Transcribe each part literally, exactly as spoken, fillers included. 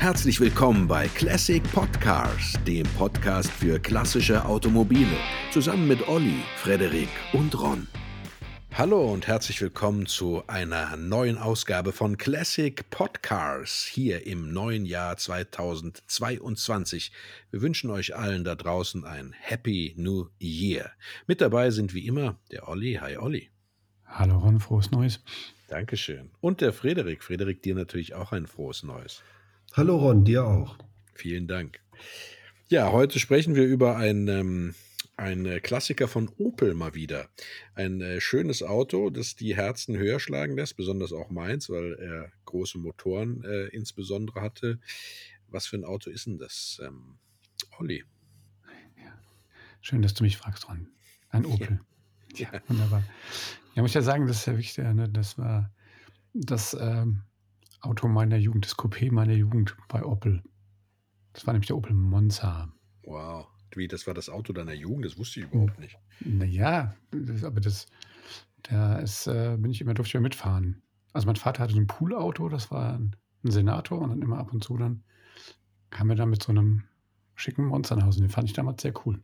Herzlich willkommen bei Classic Podcars, dem Podcast für klassische Automobile, zusammen mit Olli, Frederik und Ron. Hallo und herzlich willkommen zu einer neuen Ausgabe von Classic Podcars hier im neuen Jahr zweitausendzweiundzwanzig. Wir wünschen euch allen da draußen ein Happy New Year. Mit dabei sind wie immer der Olli. Hi Olli. Hallo Ron, frohes Neues. Dankeschön. Und der Frederik. Frederik, dir natürlich auch ein frohes Neues. Hallo Ron, dir auch. Vielen Dank. Ja, heute sprechen wir über ein, ähm, ein Klassiker von Opel mal wieder. Ein äh, schönes Auto, das die Herzen höher schlagen lässt, besonders auch meins, weil er große Motoren äh, insbesondere hatte. Was für ein Auto ist denn das, ähm, Olli? Ja. Schön, dass du mich fragst, Ron. Ein Opel. Ja, ja, wunderbar. Ja, muss ich ja sagen, das ist ja wichtig. Ne? Das war das ähm, Auto meiner Jugend, das Coupé meiner Jugend bei Opel. Das war nämlich der Opel Monza. Wow, wie, das war das Auto deiner Jugend? Das wusste ich überhaupt nicht. Naja, das, aber das, da ist, äh, bin ich immer, durfte ich immer mitfahren. Also mein Vater hatte so ein Poolauto, das war ein, ein Senator, und dann immer ab und zu dann kamen wir da mit so einem schicken Monster nach Hause. Den fand ich damals sehr cool.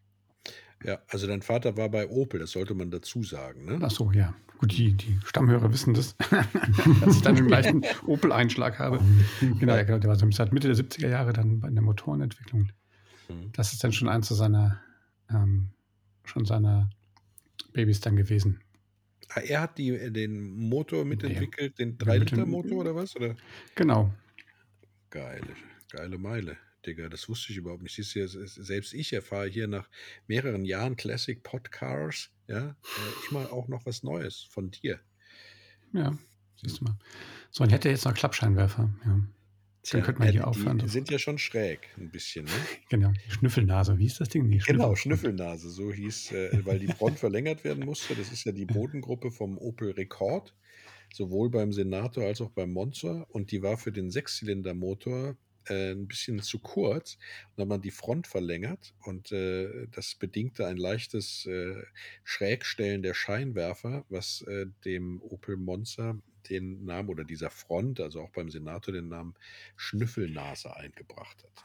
Ja, also dein Vater war bei Opel, das sollte man dazu sagen, ne? Ach so, ja. Gut, die, die Stammhörer wissen das, dass ich dann den gleichen Opel-Einschlag habe. Genau, ja, genau, der war so seit Mitte der siebziger Jahre dann in der Motorenentwicklung. Mhm. Das ist dann schon eins seiner, ähm, schon seiner Babys dann gewesen. Ah, er hat die, den Motor mitentwickelt, den mit dem- drei Liter Motor oder was? Oder? Genau. Geile, geile Meile, Digga, das wusste ich überhaupt nicht. Siehst du, selbst ich erfahre hier nach mehreren Jahren Classic Podcars, ja, äh, immer auch noch was Neues von dir. Ja, siehst du mal. So, und hätte jetzt noch Klappscheinwerfer. Ja. Tja, Dann könnte man äh, hier die aufhören. sind sofort. ja schon schräg, ein bisschen, ne? Genau, die Schnüffelnase. Wie ist das Ding? Nee, Genau, Schnüffel. Schnüffelnase, so hieß, äh, weil die Front verlängert werden musste. Das ist ja die Bodengruppe vom Opel Rekord, sowohl beim Senator als auch beim Monza. Und die war für den Sechszylindermotor äh, ein bisschen zu kurz. Und dann hat man die Front verlängert und äh, das bedingte ein leichtes äh, Schrägstellen der Scheinwerfer, was äh, dem Opel Monza den Namen oder dieser Front, also auch beim Senator, den Namen Schnüffelnase eingebracht hat.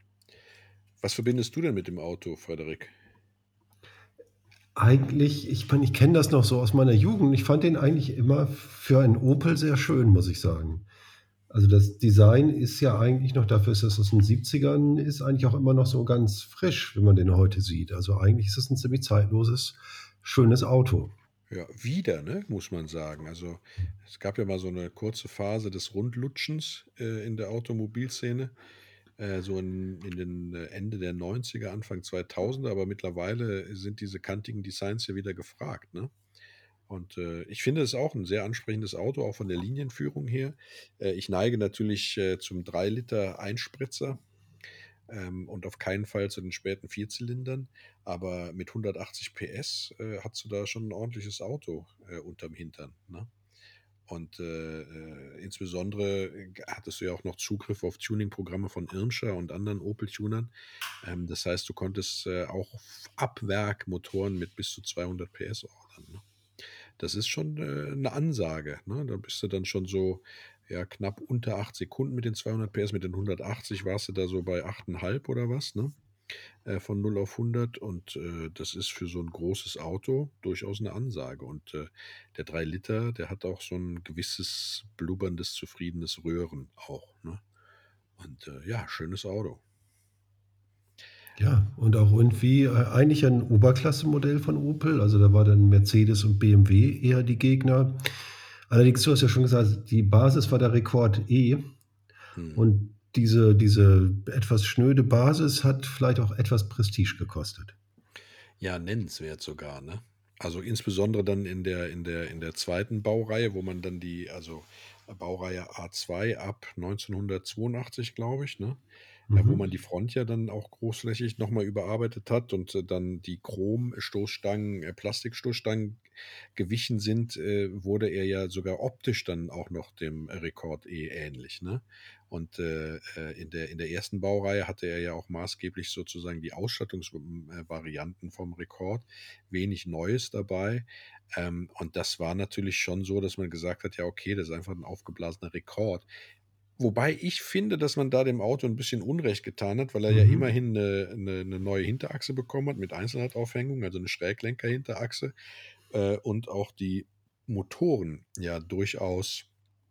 Was verbindest du denn mit dem Auto, Frederik? Eigentlich, ich meine, ich kenne das noch so aus meiner Jugend. Ich fand den eigentlich immer für einen Opel sehr schön, muss ich sagen. Also das Design ist ja eigentlich noch, dafür dass es aus den siebzigern ist, eigentlich auch immer noch so ganz frisch, wenn man den heute sieht. Also eigentlich ist es ein ziemlich zeitloses, schönes Auto. Ja, wieder, ne, muss man sagen. Also es gab ja mal so eine kurze Phase des Rundlutschens äh, in der Automobilszene, äh, so in, in den äh, Ende der neunziger, Anfang zweitausender, aber mittlerweile sind diese kantigen Designs ja wieder gefragt, ne? Und äh, ich finde es auch ein sehr ansprechendes Auto, auch von der Linienführung her. Äh, ich neige natürlich äh, zum drei Liter Einspritzer ähm, und auf keinen Fall zu den späten Vierzylindern. Aber mit hundertachtzig P S äh, hast du da schon ein ordentliches Auto äh, unterm Hintern, ne? Und äh, äh, insbesondere äh, hattest du ja auch noch Zugriff auf Tuning-Programme von Irmscher und anderen Opel-Tunern. Ähm, das heißt, du konntest äh, auch ab Werk Motoren mit bis zu zweihundert P S ordern, ne? Das ist schon äh, eine Ansage, ne? Da bist du dann schon so ja, knapp unter acht Sekunden mit den zweihundert P S. Mit den hundertachtzig warst du da so bei acht Komma fünf oder was, ne? Äh, von null auf hundert. Und äh, das ist für so ein großes Auto durchaus eine Ansage. Und äh, der drei Liter, der hat auch so ein gewisses blubberndes, zufriedenes Röhren auch, ne? Und äh, ja, schönes Auto. Ja, und auch irgendwie äh, eigentlich ein Oberklasse-Modell von Opel. Also da war dann Mercedes und B M W eher die Gegner. Allerdings, du hast ja schon gesagt, die Basis war der Rekord E. Hm. Und diese, diese etwas schnöde Basis hat vielleicht auch etwas Prestige gekostet. Ja, nennenswert sogar, ne? Also insbesondere dann in der, in der, in der zweiten Baureihe, wo man dann die, also Baureihe A zwei ab neunzehnhundertzweiundachtzig, glaube ich, ne? Äh, wo man die Front ja dann auch großflächig nochmal überarbeitet hat und äh, dann die Chrom-Stoßstangen, äh, Plastikstoßstangen gewichen sind, äh, wurde er ja sogar optisch dann auch noch dem Rekord E ähnlich, ne? Und äh, äh, in der, in der ersten Baureihe hatte er ja auch maßgeblich sozusagen die Ausstattungsvarianten vom Rekord. Wenig Neues dabei. Ähm, und das war natürlich schon so, dass man gesagt hat, ja, okay, das ist einfach ein aufgeblasener Rekord. wobei ich finde, dass man da dem Auto ein bisschen Unrecht getan hat, weil er ja Mhm. immerhin eine 'ne 'ne neue Hinterachse bekommen hat mit Einzelradaufhängung, also eine Schräglenker-Hinterachse, äh, und auch die Motoren ja durchaus,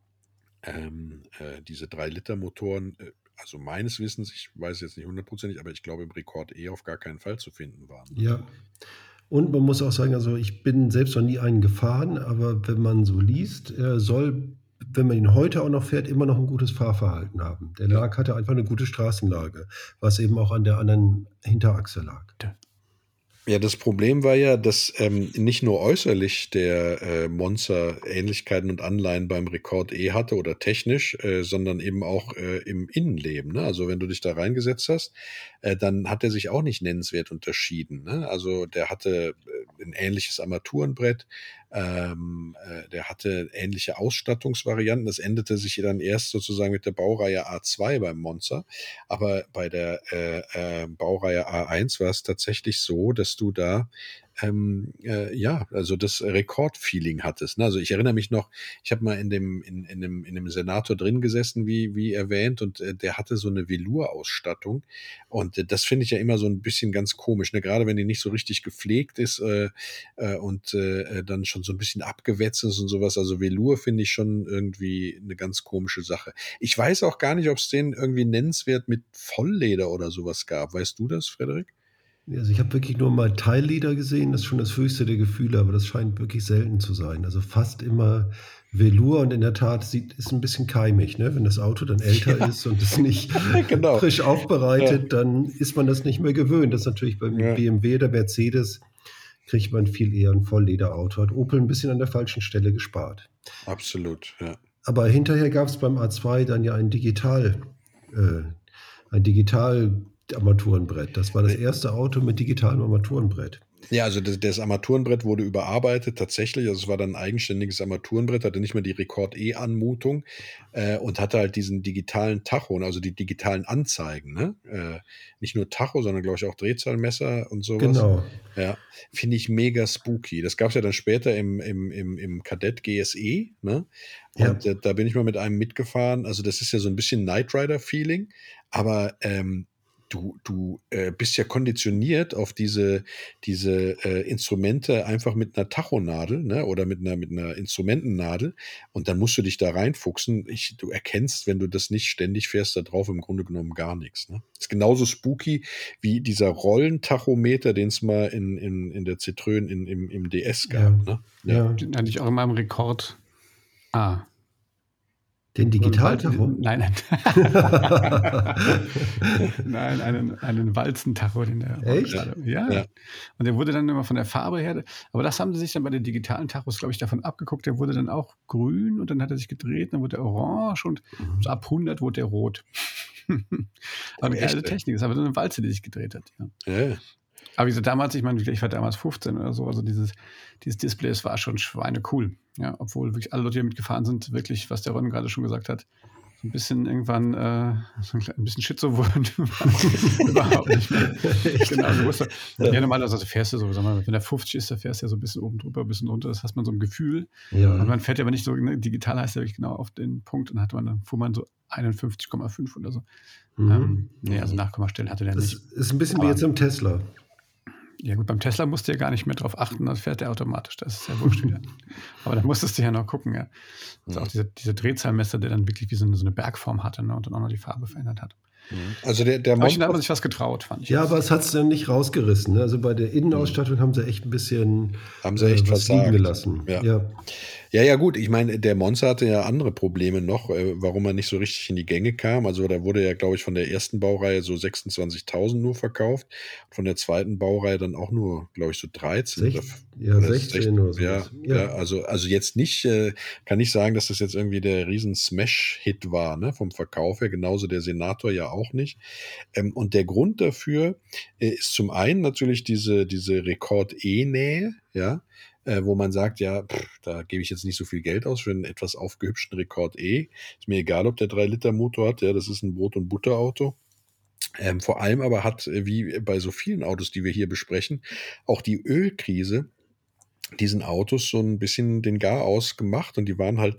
ähm, äh, diese drei Liter Motoren, äh, also meines Wissens, ich weiß jetzt nicht hundertprozentig, aber ich glaube im Rekord E auf gar keinen Fall zu finden waren, ne? Ja. Und man muss auch sagen, also ich bin selbst noch nie einen gefahren, aber wenn man so liest, er soll, wenn man ihn heute auch noch fährt, immer noch ein gutes Fahrverhalten haben. Der Ja. lag hatte einfach eine gute Straßenlage, was eben auch an der anderen Hinterachse lag. Ja, das Problem war ja, dass, ähm, nicht nur äußerlich der, äh, Monza Ähnlichkeiten und Anleihen beim Rekord E hatte oder technisch, äh, sondern eben auch, äh, im Innenleben, ne? Also, wenn du dich da reingesetzt hast, äh, dann hat er sich auch nicht nennenswert unterschieden, ne? Also, der hatte, äh, 'n ähnliches Armaturenbrett, ähm, äh, der hatte ähnliche Ausstattungsvarianten. Das änderte sich dann erst sozusagen mit der Baureihe A zwei beim Monza. Aber bei der, äh, äh, Baureihe A eins war es tatsächlich so, dass du da, ähm, äh, ja, also das Rekordfeeling hattest, ne? Also, ich erinnere mich noch, ich habe mal in dem in in 'nem in 'nem Senator drin gesessen, wie wie erwähnt, und, äh, der hatte so eine Velour-Ausstattung, und, äh, das finde ich ja immer so ein bisschen ganz komisch, ne? Grade wenn die nicht so richtig gepflegt ist, äh, äh, und, äh, äh, dann schon so ein bisschen abgewetzt ist und sowas. Also, Velour finde ich schon irgendwie eine ganz komische Sache. Ich weiß auch gar nicht, ob es den irgendwie nennenswert mit Vollleder oder sowas gab. Weißt du das, Frederik? Also, ich habe wirklich nur mal Teilleder gesehen, das ist schon das höchste der Gefühle, aber das scheint wirklich selten zu sein. Also, fast immer Velour, und in der Tat sieht ist 'n bisschen keimig, ne? Wenn das Auto dann älter Ja, ist und es nicht genau. frisch Ja, aufbereitet, dann ist man das nicht mehr gewöhnt. Das ist natürlich beim ja. B M W oder Mercedes kriegt man viel eher 'n Volllederauto. Hat Opel 'n bisschen an der falschen Stelle gespart. Absolut, ja. Aber hinterher gab's beim A zwei dann ja ein Digital äh, ein Digital-Armaturenbrett. Das war das Ne, erste Auto mit digitalem Armaturenbrett. ja, also das das Armaturenbrett wurde überarbeitet tatsächlich. Also, es war dann 'n eigenständiges Armaturenbrett, hatte nicht mehr die Rekord-E-Anmutung, äh, und hatte halt diesen digitalen Tacho, also die digitalen Anzeigen, ne? Äh, nicht nur Tacho, sondern glaube ich auch Drehzahlmesser und sowas. Genau. Ja, finde ich mega spooky. Das gab's ja dann später im im im im Kadett G S E, ne? Ja. Und, äh, da bin ich mal mit einem mitgefahren. Also, das ist ja so ein bisschen Knight Rider Feeling, aber, ähm, du du, äh, bist ja konditioniert auf diese diese, äh, Instrumente einfach mit einer Tachonadel, ne, oder mit einer mit einer Instrumentennadel, und dann musst du dich da reinfuchsen. Ich Du erkennst, wenn du das nicht ständig fährst, da drauf im Grunde genommen gar nichts, ne? Ist genauso spooky wie dieser Rollentachometer, den's mal in in in der Citroën in im im D S Ja. gab, ne? Ja. Ja. Den hatte ich auch in meinem Rekord A. Den So 'n Wal Digitaltacho? nein, nein. Nein, einen einen Walzentacho, den der Echt? Rollkrader, ja. Ja. Und der wurde dann immer von der Farbe her, aber das haben sie sich dann bei den digitalen Tachos, glaube ich, davon abgeguckt. Der wurde dann auch grün und dann hat er sich gedreht, dann wurde er orange und so ab hundert wurde der rot. Aber 'ne Echt, geile ey? Technik. Das war so 'ne Walze, die sich gedreht hat, ja. Ja, ja. Aber wie gesagt, damals, ich meine, ich war damals fünfzehn oder so, also dieses dieses Display, das war schon schweinecool, ja, obwohl wirklich alle Leute, die damit gefahren sind, wirklich, was der Ron grade schon gesagt hat, so 'n bisschen irgendwann, äh, so 'n klei 'n bisschen Schizo wurden. Überhaupt nicht mehr. Genau, also wusste ja, normalerweise fährst du so, sag mal, wenn der fünfzig ist, da fährst du ja so 'n bisschen oben drüber, 'n bisschen drunter, das hat man so 'n Gefühl. Und Ja. man fährt ja aber nicht so, ne, digital heißt ja wirklich genau auf den Punkt, und hatte man dann fuhr man so einundfünfzig Komma fünf oder so. Mhm. Ähm, ne, also Nachkommastellen hatte der Das nicht. ist 'n bisschen wie Aber jetzt im Tesla. ja gut, beim Tesla musst du ja gar nicht mehr drauf achten, das fährt der automatisch, das ist ja wurscht wieder. Aber da musstest du ja noch gucken, ja. Also auch Mhm. dieser dieser Drehzahlmesser, der dann wirklich wie so 'ne so 'ne Bergform hatte, ne, und dann auch noch die Farbe verändert hat. Mhm. Also der der Aber ich finde, da hat Monza man sich was getraut, fand ich Ja, jetzt. aber es hat's dann nicht rausgerissen, ne? Also, bei der Mhm. Innenausstattung haben sie echt 'n bisschen, Haben sie äh, echt was liegen versagt. gelassen. Ja. Ja. Ja, ja, gut. Ich meine, der Monza hatte ja andere Probleme noch, äh, warum er nicht so richtig in die Gänge kam. Also, da wurde ja, glaube ich, von der ersten Baureihe so sechsundzwanzigtausend nur verkauft, von der zweiten Baureihe dann auch nur, glaube ich, so dreizehn oder Sech f ja, oder sechzehn oder so ja, was. ja, Ja. also also jetzt nicht, äh kann nicht sagen, dass das jetzt irgendwie der Riesen-Smash-Hit war, ne, vom Verkauf her, genauso der Senator ja auch nicht. Ähm, und der Grund dafür, äh, ist zum einen natürlich diese diese Rekord-E-Nähe, ja, äh, wo man sagt, ja, pff, da gebe ich jetzt nicht so viel Geld aus für einen etwas aufgehübschten Rekord E. Ist mir egal, ob der drei Liter Motor hat, ja, das ist ein Brot- und Butterauto. Ähm, vor allem aber hat, äh, wie bei so vielen Autos, die wir hier besprechen, auch die Ölkrise diesen Autos so ein bisschen den Garaus gemacht, und die waren halt, äh,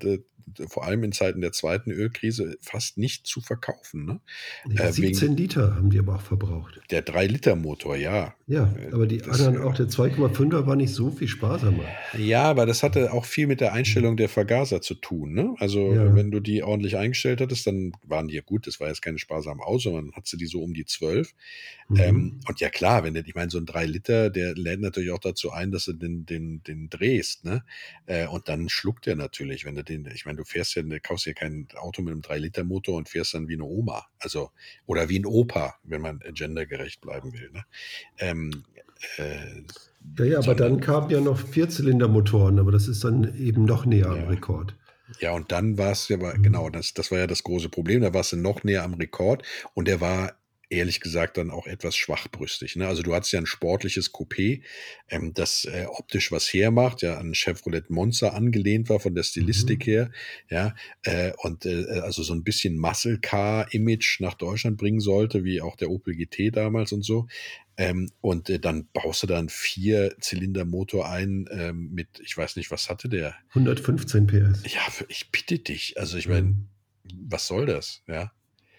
vor allem in Zeiten der zweiten Ölkrise fast nicht zu verkaufen. Ne? Ja, Äh, wegen siebzehn Liter haben die aber auch verbraucht. der drei Liter Motor, ja. Ja, Äh, aber die das, anderen, auch äh, der zwei Komma fünfer war nicht so viel sparsamer. Ja, aber das hatte auch viel mit der Einstellung der Vergaser zu tun. Ne? Also Ja. wenn du die ordentlich eingestellt hattest, dann waren die ja gut. Das war jetzt keine sparsamen Autos, sondern hat sie die so um die zwölf. Mhm. Ähm, und ja klar, wenn du, ich meine, so ein drei Liter, der lädt natürlich auch dazu ein, dass du den, den, den drehst. Ne? Äh, und dann schluckt der natürlich, wenn du den, ich meine, du fährst ja, du kaufst ja kein Auto mit einem drei Liter Motor und fährst dann wie eine Oma. Also, oder wie ein Opa, wenn man äh, gendergerecht bleiben will. Ne? Ähm, äh, Ja, ja, aber sondern dann kamen ja noch Vierzylindermotoren, aber das ist dann eben noch näher am Ja. Rekord. Ja, und dann war es ja, aber Mhm. genau, das, das war ja das große Problem. Da warst du noch näher am Rekord und der war ehrlich gesagt dann auch etwas schwachbrüstig. Ne? Also du hattest ja ein sportliches Coupé, ähm, das äh, optisch was hermacht, ja an Chevrolet Monza angelehnt war von der Stilistik Mhm. her, ja, äh, und äh, also so ein bisschen Muscle Car Image nach Deutschland bringen sollte, wie auch der Opel G T damals und so. Ähm, und äh, dann baust du da einen Vier-Zylinder-Motor ein ähm, mit, ich weiß nicht, was hatte der? hundertfünfzehn P S. Ja, ich bitte dich. Also ich meine, Mhm. was soll das? Ja,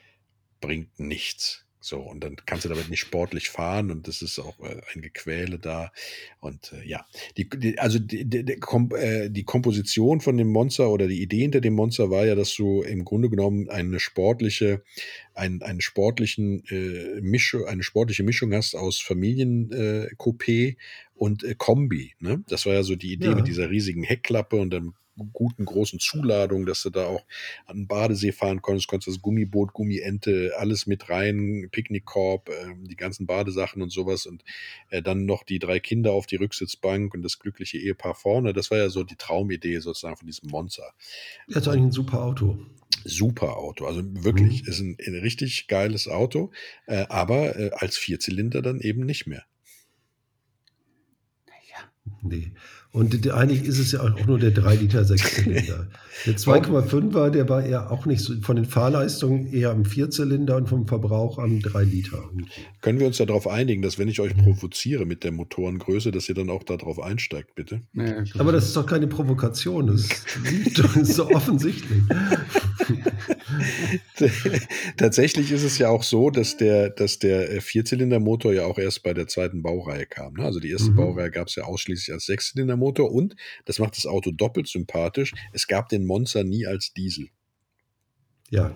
bringt nichts. So, und dann kannst du damit nicht sportlich fahren und das ist auch äh, ein Gequäle da. Und äh, ja, die, die, also die, die, die, Kom äh, die Komposition von dem Monster oder die Idee hinter dem Monster war ja, dass du im Grunde genommen eine sportliche, ein, einen sportlichen äh, Mischung, eine sportliche Mischung hast aus Familiencoupé äh, Coupé und äh, Kombi. Ne? Das war ja so die Idee Ja. mit dieser riesigen Heckklappe und dem guten großen Zuladung, dass du da auch an den Badesee fahren konntest, konntest das Gummiboot, Gummiente, alles mit rein, Picknickkorb, äh, die ganzen Badesachen und sowas und äh, dann noch die drei Kinder auf die Rücksitzbank und das glückliche Ehepaar vorne. Das war ja so die Traumidee sozusagen von diesem Monster. Das ist eigentlich ein super Auto. Super Auto, also wirklich, Mhm. ist ein, ein richtig geiles Auto, äh, aber äh, als Vierzylinder dann eben nicht mehr. Nee. Und der, eigentlich ist es ja auch nur der drei Liter Sechszylinder. Der zwei Komma fünfer, der war eher auch nicht so, von den Fahrleistungen eher am Vierzylinder und vom Verbrauch am drei Liter. irgendwie. Können wir uns ja darauf einigen, dass wenn ich euch provoziere mit der Motorengröße, dass ihr dann auch darauf einsteigt, bitte? Nee, Aber das ist doch keine Provokation, das ist, das ist so offensichtlich. Tatsächlich ist es ja auch so, dass der, dass der äh, Vierzylindermotor ja auch erst bei der zweiten Baureihe kam. Ne? Also die erste Mhm. Baureihe gab es ja ausschließlich als Sechszylindermotor und, das macht das Auto doppelt sympathisch, es gab den Monza nie als Diesel. Ja.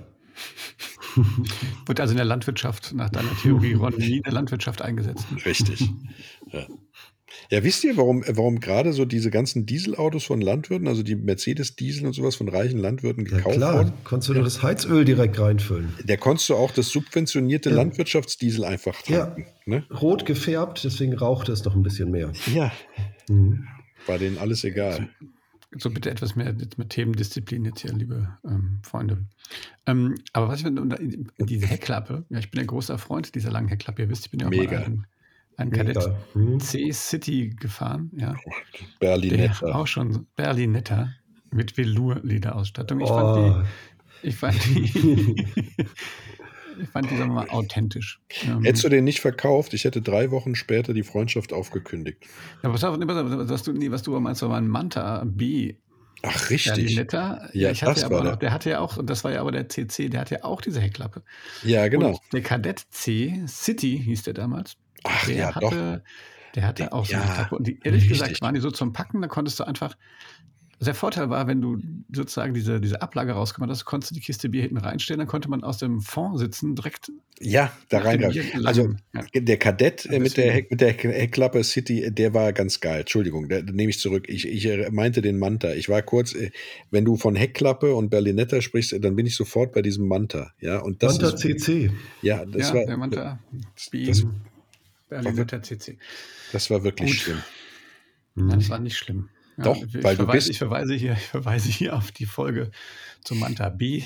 Wird also in der Landwirtschaft, nach deiner Theorie, Ron, nie in der Landwirtschaft eingesetzt. Richtig. Ja. Ja, wisst ihr, warum, warum gerade so diese ganzen Dieselautos von Landwirten, also die Mercedes-Diesel und sowas von reichen Landwirten Ja gekauft klar, wurden? konntest du doch das Heizöl direkt reinfüllen. Der konntest du auch das subventionierte Ja. Landwirtschaftsdiesel einfach tanken. Ne? Rot gefärbt, deswegen raucht es noch ein bisschen mehr. Ja, Mhm. war denen alles egal. So bitte etwas mehr jetzt mit Themendisziplin jetzt hier, liebe ähm, Freunde. Ähm, aber was ich finde, und diese Heckklappe, ja, ich bin ein großer Freund dieser langen Heckklappe. Ihr wisst, ich bin ja auch Mega. mal ein, ein Mega. Kadett Mhm. C-City gefahren, ja. Berlinetta. Der auch schon Berlinetta mit Velour-Lederausstattung. Ich fand Oh. die, ich fand die, ich fand die, sagen wir mal, authentisch. Ähm, Hättest du den nicht verkauft, ich hätte drei Wochen später die Freundschaft aufgekündigt. ja, pass auf, pass auf, was du, nee, was du meinst, war ein Manta B. Ach, richtig. Berlinetta. Ja, ich hatte das ja war aber der. noch, der hatte ja auch, und das war ja aber der C C, der hatte ja auch diese Heckklappe. Ja, genau. Und der Kadett C, City hieß der damals, Ach der ja, hatte, doch. der hatte Der- auch so ja, eine Klappe. Und die, ehrlich richtig. gesagt waren die so zum Packen, da konntest du einfach. Der Vorteil war, wenn du sozusagen diese, diese Ablage rausgemacht hast, konntest du die Kiste Bier hinten reinstellen, dann konnte man aus dem Fond sitzen direkt. Ja, da nach dem rein. Bier Also gelangen. Ja. der Kadett äh, Und mit der, deswegen- Heck, mit der Heckklappe City, der war ganz geil. Entschuldigung, der, nehme ich zurück. Ich, ich äh, meinte den Manta. Ich war kurz, äh, wenn du von Heckklappe und Berlinetta sprichst, äh, dann bin ich sofort bei diesem Manta. Ja, und das Manta ist, C C. ja, das ja, war, der Manta B, das, Berlinetta C C. das war wirklich Gut. schlimm. Nein, das war nicht schlimm. Ja, Doch, ich, weil du verweise, bist- ich, verweise hier, ich verweise hier auf die Folge zum Manta B.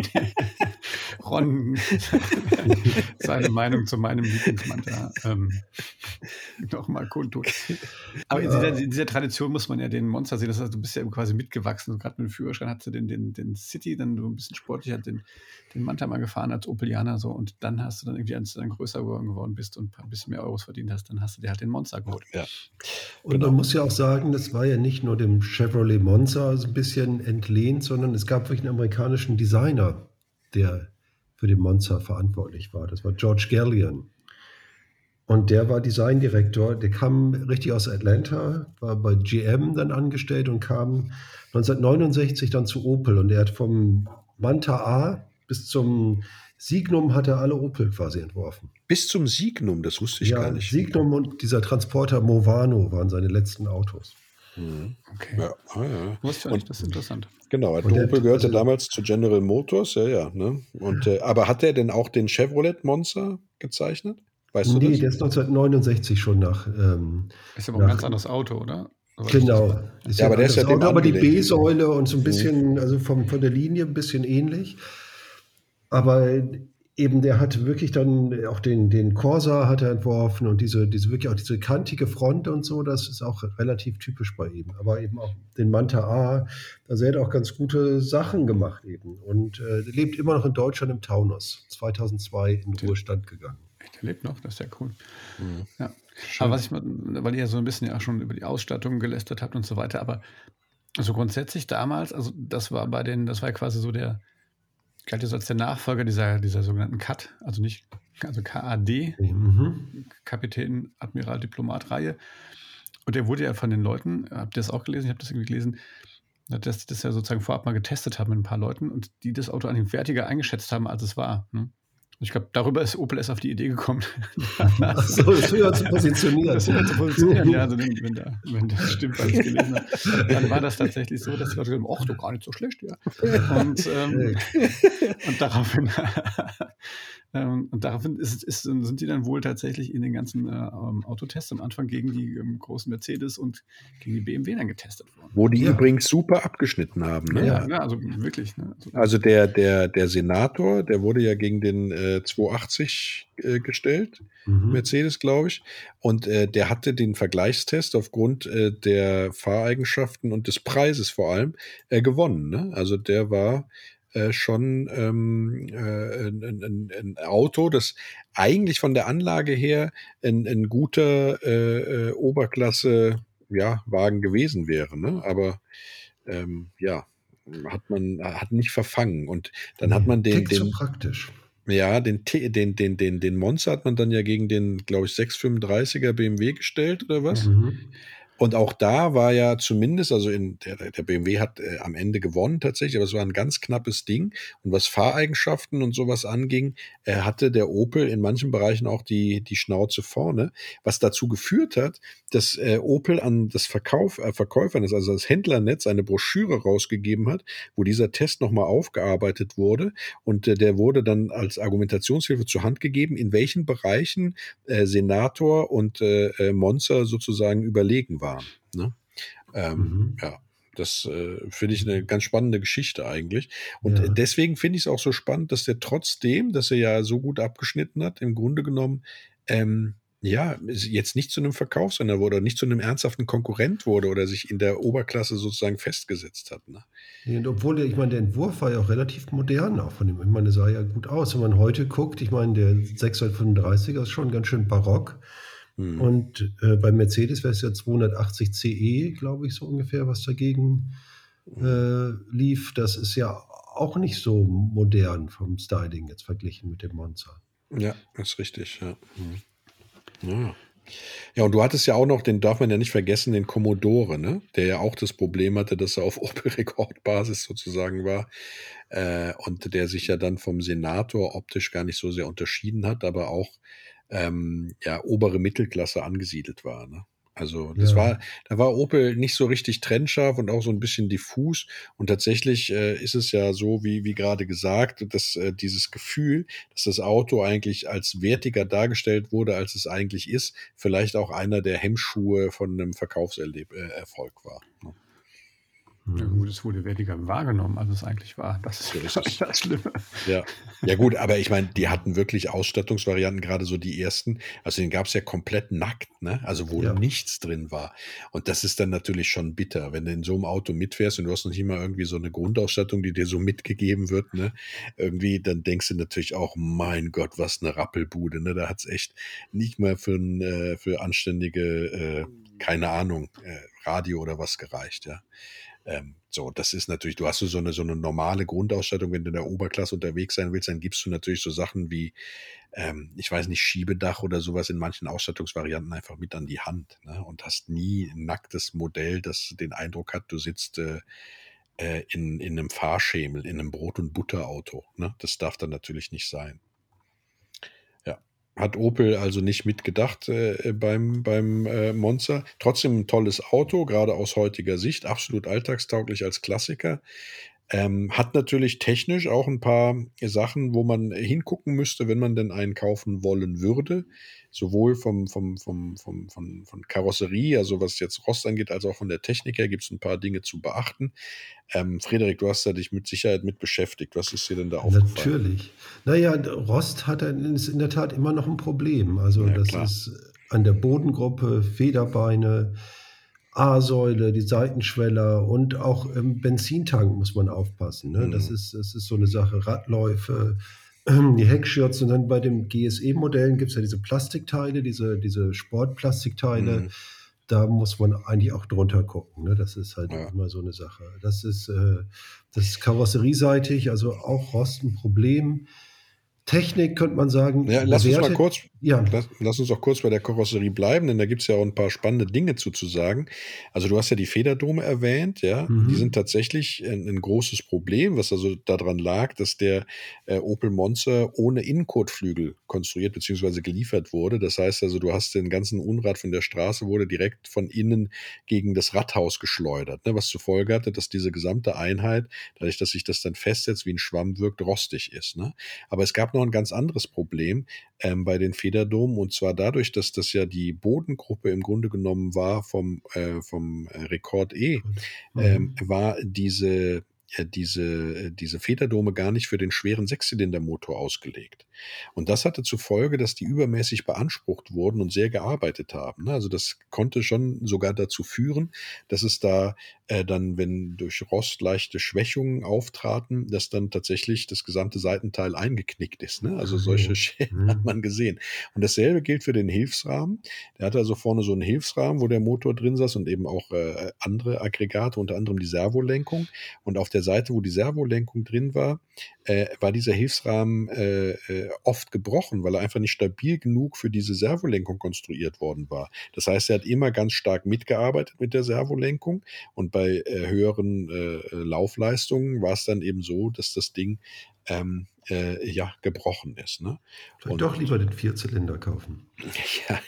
Ron, seine Meinung zu meinem Lieblingsmanta ähm, nochmal kundtun. Aber in dieser, in dieser Tradition muss man ja den Monster sehen. Das heißt, du bist ja quasi mitgewachsen. Gerade mit dem Führerschein hast du den, den, den City, dann du ein bisschen sportlicher den, den Manta mal gefahren als Opelianer. So. Und dann hast du dann irgendwie, als du dann größer geworden bist und ein bisschen mehr Euros verdient hast, dann hast du dir halt den Monster geholt. Ja. Und Genau. man muss ja auch sagen, das war ja nicht nicht nur dem Chevrolet Monza so ein bisschen entlehnt, sondern es gab wirklich einen amerikanischen Designer, der für den Monza verantwortlich war. Das war George Gallion. Und der war Designdirektor, der kam richtig aus Atlanta, war bei G M dann angestellt und kam neunzehnhundertneunundsechzig dann zu Opel. Und er hat vom Manta A bis zum Signum hat er alle Opel quasi entworfen. Bis zum Signum, das wusste ich Ja, gar nicht. Signum und dieser Transporter Movano waren seine letzten Autos. Mhm. Okay. Ja, ah, ja. Wusste ich nicht, das ist interessant. Genau, Und der- Opel gehörte also- damals zu General Motors, ja, ja. Ne? Und, äh, aber hat der denn auch den Chevrolet Monza gezeichnet? Weißt du Nee, das? der ist neunzehnhundertneunundsechzig schon nach. Ähm, Ist aber ein nach ganz anderes Auto, oder? Aber genau. Ist Ja, aber ein der ist ja anderes dem Auto, aber die angelehnt. B-Säule und so ein Mhm. bisschen, also vom, von der Linie ein bisschen ähnlich. Aber eben, der hat wirklich dann auch den, den Corsa hat er entworfen und diese, diese wirklich auch diese kantige Front und so, das ist auch relativ typisch bei ihm. Aber eben auch den Manta A, also er hat auch ganz gute Sachen gemacht eben. Und äh, lebt immer noch in Deutschland im Taunus. zweitausendzwei in den Ruhestand gegangen. Echt, der lebt noch, das ist ja cool. Mhm. Ja. Aber was ich mal, weil ihr ja so ein bisschen ja schon über die Ausstattung gelästert habt und so weiter, aber also grundsätzlich damals, also das war bei den, das war ja quasi so der, galt ja so als der Nachfolger dieser, dieser sogenannten C A D, also nicht, also K A D, Mhm. Kapitän, Admiral, Diplomat-Reihe. Und der wurde ja von den Leuten, habt ihr das auch gelesen? Ich habe das irgendwie gelesen, dass die das ja sozusagen vorab mal getestet haben mit ein paar Leuten und die das Auto eigentlich wertiger eingeschätzt haben, als es war. Ne? Und ich glaube, darüber ist Opel erst auf die Idee gekommen, Ach so, das höher zu positionieren. das höher zu positionieren. Ja, also wenn, wenn, da, wenn das stimmt, was ich gelesen habe, dann war das tatsächlich so, dass die Leute gesagt haben, ach, doch gar nicht so schlecht, ja. Und, ähm, und daraufhin, ähm, und daraufhin ist, ist, sind die dann wohl tatsächlich in den ganzen äh, Autotests am Anfang gegen die ähm, großen Mercedes und gegen die B M W dann getestet worden. Wo die Ja. übrigens super abgeschnitten haben. Ne? Ja, ja, also wirklich. Ne? Also, Also der, der, der Senator, der wurde ja gegen den äh, zweihundertachtzig äh, gestellt, Mhm. Mercedes, glaube ich. Und äh, der hatte den Vergleichstest aufgrund äh, der Fahreigenschaften und des Preises vor allem äh, gewonnen. Ne? Also der war äh, schon ähm, äh, ein, ein, ein Auto, das eigentlich von der Anlage her ein, ein guter äh, äh, Oberklasse ja, Wagen gewesen wäre. Ne? Aber ähm, ja, hat man hat nicht verfangen. Und dann hat man den, Tick zu den praktisch. ja, den, T- den, den, den, den Monza hat man dann ja gegen den, glaube ich, sechshundertfünfunddreißiger B M W gestellt oder was? Mhm. Und auch da war ja zumindest, also in der, der B M W hat äh, am Ende gewonnen tatsächlich, aber es war ein ganz knappes Ding. Und was Fahreigenschaften und sowas anging, äh, hatte der Opel in manchen Bereichen auch die, die Schnauze vorne, was dazu geführt hat, dass äh, Opel an das Verkauf, äh, Verkäufernetz, also das Händlernetz, eine Broschüre rausgegeben hat, wo dieser Test nochmal aufgearbeitet wurde. Und äh, der wurde dann als Argumentationshilfe zur Hand gegeben, in welchen Bereichen äh, Senator und äh, äh, Monza sozusagen überlegen waren. Ne? Ähm, Mhm. Ja, das äh, finde ich eine ganz spannende Geschichte eigentlich. Und Ja. äh, deswegen finde ich es auch so spannend, dass der trotzdem, dass er ja so gut abgeschnitten hat, im Grunde genommen, ähm, ja, es jetzt nicht zu einem Verkaufsrenner wurde, nicht zu einem ernsthaften Konkurrent wurde oder sich in der Oberklasse sozusagen festgesetzt hat. Ne? Nee, und obwohl der, ich meine, der Entwurf war ja auch relativ modern auch von dem. Ich meine, der sah ja gut aus. Wenn man heute guckt, ich meine, der sechshundertfünfunddreißiger ist schon ganz schön barock. Hm. Und äh, bei Mercedes wäre es ja zweihundertachtzig C E, glaube ich, so ungefähr, was dagegen äh, lief. Das ist ja auch nicht so modern vom Styling jetzt verglichen mit dem Monza. Ja, ist richtig, ja. Hm. Ja. Ja, und du hattest ja auch noch, den darf man ja nicht vergessen, den Commodore, ne? Der ja auch das Problem hatte, dass er auf Opel-Rekordbasis sozusagen war äh, und der sich ja dann vom Senator optisch gar nicht so sehr unterschieden hat, aber auch ähm, ja, obere Mittelklasse angesiedelt war. Ne? Also das Ja. war, da war Opel nicht so richtig trennscharf und auch so ein bisschen diffus. Und tatsächlich äh, ist es ja so, wie, wie gerade gesagt, dass äh, dieses Gefühl, dass das Auto eigentlich als wertiger dargestellt wurde, als es eigentlich ist, vielleicht auch einer der Hemmschuhe von einem Verkaufserfolg äh, war. Ne? Ja, gut, es wurde wertiger wahrgenommen, als es eigentlich war. Das ist So ist glaub es. ich, das Schlimme. Ja. Ja gut, aber ich meine, die hatten wirklich Ausstattungsvarianten, gerade so die ersten. Also den gab es ja komplett nackt, ne? Also wo Ja. nichts drin war. Und das ist dann natürlich schon bitter, wenn du in so einem Auto mitfährst und du hast noch nicht mal irgendwie so eine Grundausstattung, die dir so mitgegeben wird, ne? Irgendwie, dann denkst du natürlich auch, mein Gott, was eine Rappelbude, ne? Da hat es echt nicht mal für, ein, äh, für anständige äh, keine Ahnung, äh, Radio oder was gereicht, ja. Ähm, so, das ist natürlich, du hast so eine, so eine normale Grundausstattung, wenn du in der Oberklasse unterwegs sein willst, dann gibst du natürlich so Sachen wie, ähm, ich weiß nicht, Schiebedach oder sowas in manchen Ausstattungsvarianten einfach mit an die Hand, ne? Und hast nie ein nacktes Modell, das den Eindruck hat, du sitzt äh, äh, in, in einem Fahrschemel, in einem Brot- und Butterauto, ne? Das darf dann natürlich nicht sein. Ja. Hat Opel also nicht mitgedacht äh, beim, beim äh, Monza. Trotzdem ein tolles Auto, gerade aus heutiger Sicht, absolut alltagstauglich als Klassiker. Ähm, hat natürlich technisch auch ein paar Sachen, wo man hingucken müsste, wenn man denn einen kaufen wollen würde. Sowohl vom, vom, vom, vom, von, von Karosserie, also was jetzt Rost angeht, als auch von der Technik her gibt es ein paar Dinge zu beachten. Ähm, Frederik, du hast da dich mit Sicherheit mit beschäftigt. Was ist dir denn da aufgefallen? Natürlich. Naja, Rost hat ein- ist in der Tat immer noch ein Problem. Also Ja, das klar. ist an der Bodengruppe, Federbeine, A-Säule, die Seitenschweller und auch im Benzintank muss man aufpassen. Ne? Das Mhm. ist, das ist so eine Sache. Radläufe, die Heckschürze und dann bei den G S E-Modellen gibt es ja diese Plastikteile, diese, diese Sportplastikteile. Mhm. Da muss man eigentlich auch drunter gucken. Ne? Das ist halt Ja. immer so eine Sache. Das ist, äh, das ist karosserieseitig, also auch Rost ein Problem. Technik könnte man sagen, Ja, lass uns mal bewertet. kurz, Ja, lass, lass uns auch kurz bei der Karosserie bleiben, denn da gibt es ja auch ein paar spannende Dinge zu, zu sagen. Also du hast ja die Federdome erwähnt, ja, Mhm. die sind tatsächlich ein, ein großes Problem, was also daran lag, dass der äh, Opel Monza ohne Innenkotflügel konstruiert bzw. geliefert wurde. Das heißt also, du hast den ganzen Unrat von der Straße wurde direkt von innen gegen das Radhaus geschleudert, ne, was zur Folge hatte, dass diese gesamte Einheit, dadurch, dass sich das dann festsetzt, wie ein Schwamm wirkt, rostig ist. Ne? Aber es gab noch ein ganz anderes Problem ähm, bei den Federdomen, und zwar dadurch, dass das ja die Bodengruppe im Grunde genommen war vom, äh, vom äh, Rekord E, ähm, Mhm. war diese, äh, diese, äh, diese Federdome gar nicht für den schweren Sechszylindermotor ausgelegt. Und das hatte zur Folge, dass die übermäßig beansprucht wurden und sehr gearbeitet haben. Ne? Also das konnte schon sogar dazu führen, dass es da äh, dann, wenn durch Rost leichte Schwächungen auftraten, dass dann tatsächlich das gesamte Seitenteil eingeknickt ist. Ne? Also solche Schäden hat Mhm. man gesehen. Und dasselbe gilt für den Hilfsrahmen. Der hatte also vorne so einen Hilfsrahmen, wo der Motor drin saß und eben auch äh, andere Aggregate, unter anderem die Servolenkung. Und auf der Seite, wo die Servolenkung drin war, äh, war dieser Hilfsrahmen äh, äh, oft gebrochen, weil er einfach nicht stabil genug für diese Servolenkung konstruiert worden war. Das heißt, er hat immer ganz stark mitgearbeitet mit der Servolenkung, und bei äh, höheren äh, Laufleistungen war es dann eben so, dass das Ding ähm, äh, ja gebrochen ist. Ne? Vielleicht Und doch lieber den Vierzylinder kaufen. ja,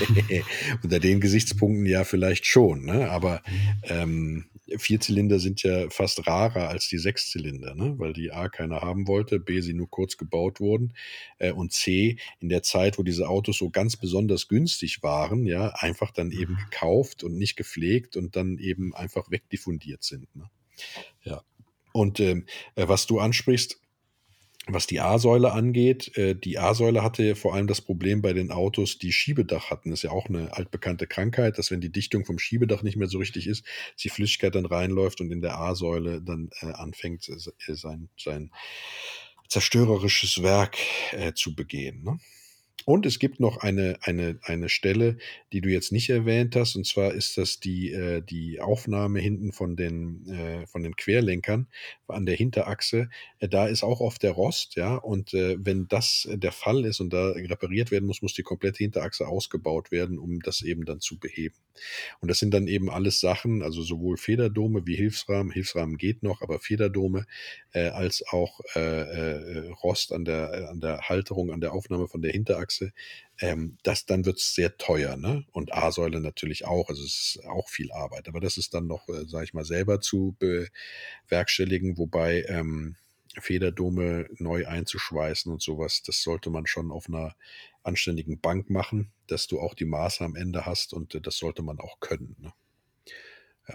unter den Gesichtspunkten ja vielleicht schon, ne? Aber ähm, Vierzylinder sind ja fast rarer als die Sechszylinder, ne? Weil die A keiner haben wollte, B sie nur kurz gebaut wurden äh, und C in der Zeit, wo diese Autos so ganz besonders günstig waren, ja, einfach dann eben gekauft und nicht gepflegt und dann eben einfach wegdiffundiert sind. Ne? Ja. Und ähm, äh, was du ansprichst, was die A-Säule angeht, äh, die A-Säule hatte vor allem das Problem bei den Autos, die Schiebedach hatten. Das ist ja auch eine altbekannte Krankheit, dass wenn die Dichtung vom Schiebedach nicht mehr so richtig ist, dass die Flüssigkeit dann reinläuft und in der A-Säule dann äh, anfängt, äh, sein, sein zerstörerisches Werk äh, zu begehen. Ne? Und es gibt noch eine, eine, eine Stelle, die du jetzt nicht erwähnt hast, und zwar ist das die, äh, die Aufnahme hinten von den, äh, von den Querlenkern an der Hinterachse. Äh, da ist auch oft der Rost, ja, und äh, wenn das der Fall ist und da repariert werden muss, muss die komplette Hinterachse ausgebaut werden, um das eben dann zu beheben. Und das sind dann eben alles Sachen, also sowohl Federdome wie Hilfsrahmen, Hilfsrahmen geht noch, aber Federdome, äh, als auch äh, äh, Rost an der, an der Halterung, an der Aufnahme von der Hinterachse, ähm, das, dann wird es sehr teuer, ne? Und A-Säule natürlich auch, also es ist auch viel Arbeit, aber das ist dann noch, äh, sage ich mal, selber zu bewerkstelligen, wobei ähm, Federdome neu einzuschweißen und sowas, das sollte man schon auf einer anständigen Bank machen, dass du auch die Maße am Ende hast, und äh, das sollte man auch können. Ne? Ja.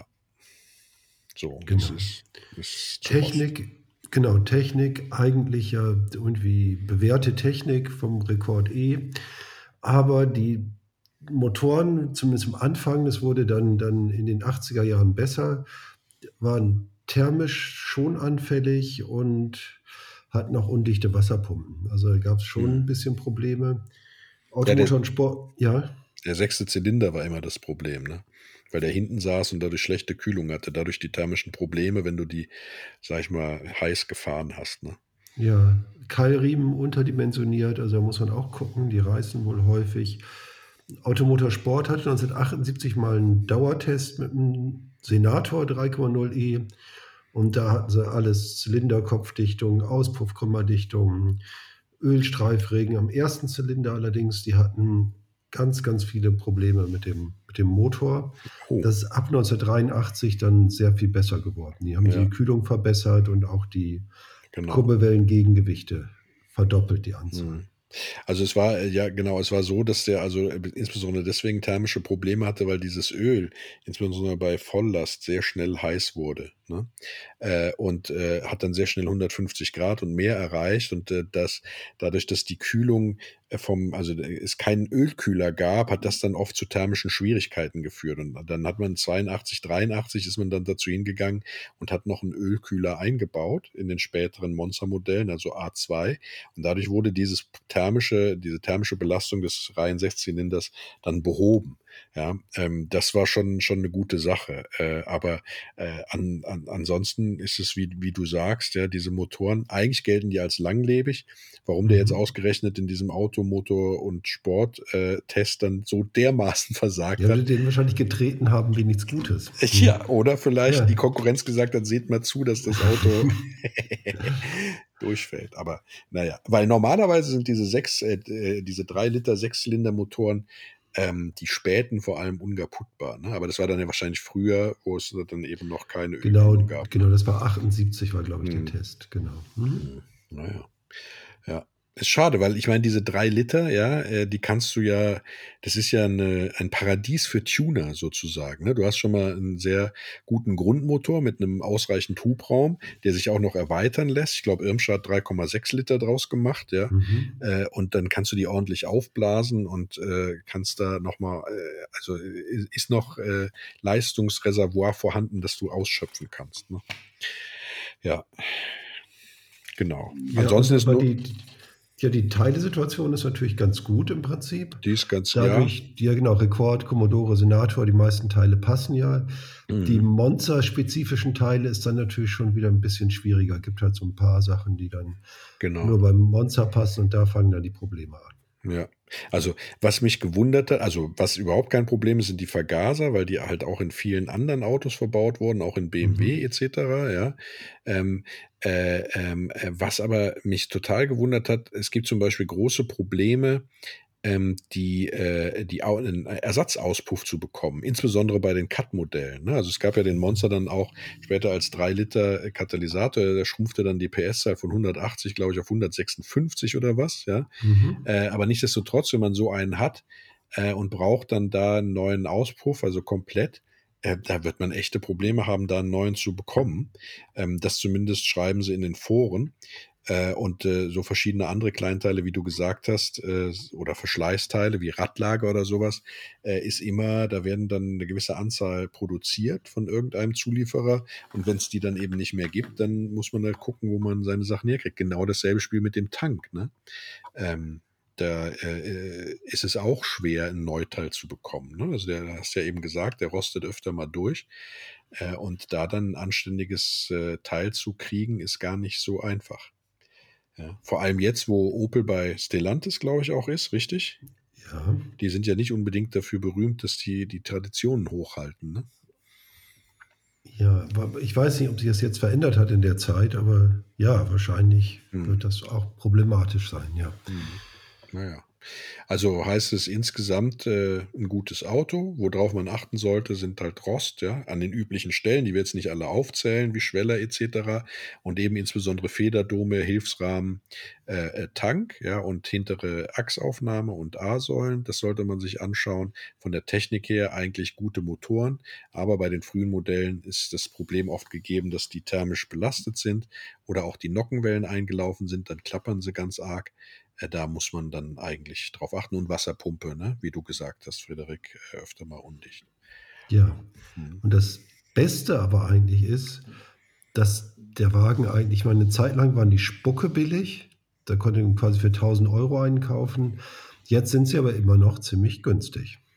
So, Genau. das ist, ist zu Technik, genau, Technik, eigentlich ja irgendwie bewährte Technik vom Rekord E. Aber die Motoren, zumindest am Anfang, das wurde dann, dann in den achtziger Jahren besser, waren thermisch schon anfällig und hatten auch undichte Wasserpumpen. Also da gab es schon Mhm. ein bisschen Probleme. Ja, der, Automotor und Sport, ja. Der sechste Zylinder war immer das Problem, ne? Weil der hinten saß und dadurch schlechte Kühlung hatte, dadurch die thermischen Probleme, wenn du die, sage ich mal, heiß gefahren hast, ne? Ja, Keilriemen unterdimensioniert, also da muss man auch gucken, die reißen wohl häufig. Automotor Sport hatte neunzehnhundertachtundsiebzig mal einen Dauertest mit einem Senator drei Komma null E und da hatten sie alles: Zylinderkopfdichtung, Auspuffkummerdichtung, Ölstreifregen am ersten Zylinder allerdings. Die hatten ganz, ganz viele Probleme mit dem, mit dem Motor. Oh, Das ist ab neunzehnhundertdreiundachtzig dann sehr viel besser geworden. Die haben Ja. die Kühlung verbessert und auch die genau. Kurbelwellengegengewichte verdoppelt, die Anzahl. Mhm. Also es war, äh, ja genau, es war so, dass der also äh, insbesondere deswegen thermische Probleme hatte, weil dieses Öl, insbesondere bei Volllast, sehr schnell heiß wurde, ne? Äh, und äh, hat dann sehr schnell hundertfünfzig Grad und mehr erreicht und äh, das, dadurch, dass die Kühlung äh, vom, also äh, es keinen Ölkühler gab, hat das dann oft zu thermischen Schwierigkeiten geführt und dann hat man zweiundachtzig, dreiundachtzig ist man dann dazu hingegangen und hat noch einen Ölkühler eingebaut in den späteren Monza-Modellen, also A zwei, und dadurch wurde dieses thermische, diese thermische Belastung des reinen Sechszylinders dann behoben. Ja, ähm, das war schon, schon eine gute Sache. Äh, aber äh, an, an, ansonsten ist es, wie, wie du sagst, ja, diese Motoren, eigentlich gelten die als langlebig. Warum der jetzt Mhm. ausgerechnet in diesem Automotor- und Sporttest dann so dermaßen versagt Ja, weil hat. die den wahrscheinlich getreten haben wie nichts Gutes. Ja, oder vielleicht Ja. die Konkurrenz gesagt hat, seht mal zu, dass das Auto durchfällt. Aber naja, weil normalerweise sind diese sechs, äh, äh, diese drei Liter Sechszylinder-Motoren, ähm, die späten vor allem unkaputtbar. Ne? Aber das war dann ja wahrscheinlich früher, wo es dann eben noch keine Genau, Ölkühlung gab. genau, das war achtundsiebzig, war, glaube ich, Hm. der Test. Genau. Mhm. Naja, ja. Ist schade, weil ich meine, diese drei Liter, ja, äh, die kannst du ja, das ist ja eine, ein Paradies für Tuner sozusagen. Ne? Du hast schon mal einen sehr guten Grundmotor mit einem ausreichend Hubraum, der sich auch noch erweitern lässt. Ich glaube, Irmscher hat drei Komma sechs Liter draus gemacht, ja. Mhm. Äh, und dann kannst du die ordentlich aufblasen und äh, kannst da nochmal, äh, also äh, ist noch äh, Leistungsreservoir vorhanden, das du ausschöpfen kannst. Ne? Ja, genau. Ja, Ansonsten und, ist aber nur, die, ja, die Teilesituation ist natürlich ganz gut im Prinzip. die ist ganz, ja, Dadurch, ja genau, Rekord, Commodore, Senator, die meisten Teile passen ja. Die mhm. Monza-spezifischen Teile ist dann natürlich schon wieder ein bisschen schwieriger. Gibt halt so ein paar Sachen, die dann Genau. nur beim Monza passen und da fangen dann die Probleme an. Ja, also was mich gewundert hat, also was überhaupt kein Problem ist, sind die Vergaser, weil die halt auch in vielen anderen Autos verbaut wurden, auch in B M W Mhm. et cetera. Ja, ähm, äh, ähm, äh, was aber mich total gewundert hat, es gibt zum Beispiel große Probleme, ähm, die, äh, die Au- einen Ersatzauspuff zu bekommen, insbesondere bei den Cut-Modellen. Ne? Also es gab ja den Monster dann auch später als drei Liter Katalysator, der schrumpfte dann die P S-Zahl von hundertachtzig, glaube ich, auf hundertsechsundfünfzig oder was, ja. Mhm. Äh, aber nichtsdestotrotz, wenn man so einen hat äh, und braucht dann da einen neuen Auspuff, also komplett, äh, da wird man echte Probleme haben, da einen neuen zu bekommen. Ähm, das zumindest schreiben sie in den Foren. Äh, und äh, so verschiedene andere Kleinteile, wie du gesagt hast, äh, oder Verschleißteile wie Radlager oder sowas, äh, ist immer, da werden dann eine gewisse Anzahl produziert von irgendeinem Zulieferer. Und wenn es die dann eben nicht mehr gibt, dann muss man halt gucken, wo man seine Sachen herkriegt. Genau dasselbe Spiel mit dem Tank, ne? Ähm, da äh, ist es auch schwer, ein Neuteil zu bekommen. Ne? Also der, hast ja eben gesagt, der rostet öfter mal durch. Äh, und da dann ein anständiges äh, Teil zu kriegen, ist gar nicht so einfach. Ja. Vor allem jetzt, wo Opel bei Stellantis, glaube ich, auch ist, richtig? Ja. Die sind ja nicht unbedingt dafür berühmt, dass die die Traditionen hochhalten. Ne? Ja, aber ich weiß nicht, ob sich das jetzt verändert hat in der Zeit, aber ja, wahrscheinlich Hm. wird das auch problematisch sein, ja. Hm. Naja. Also heißt es insgesamt äh, ein gutes Auto. Worauf man achten sollte, sind halt Rost, ja, an den üblichen Stellen, die wir jetzt nicht alle aufzählen, wie Schweller et cetera. Und eben insbesondere Federdome, Hilfsrahmen, äh, äh, Tank, ja, und hintere Achsaufnahme und A-Säulen. Das sollte man sich anschauen. Von der Technik her eigentlich gute Motoren, aber bei den frühen Modellen ist das Problem oft gegeben, dass die thermisch belastet sind oder auch die Nockenwellen eingelaufen sind, dann klappern sie ganz arg. Äh, Da muss man dann eigentlich drauf achten. Und Wasserpumpe, ne? Wie du gesagt hast, Frederik, äh, öfter mal undicht. Ja. Hm. Und das Beste aber eigentlich ist, dass der Wagen eigentlich, ich meine, eine Zeit lang waren die Spucke billig. Da konnte man quasi für tausend Euro einen kaufen. Jetzt sind sie aber immer noch ziemlich günstig.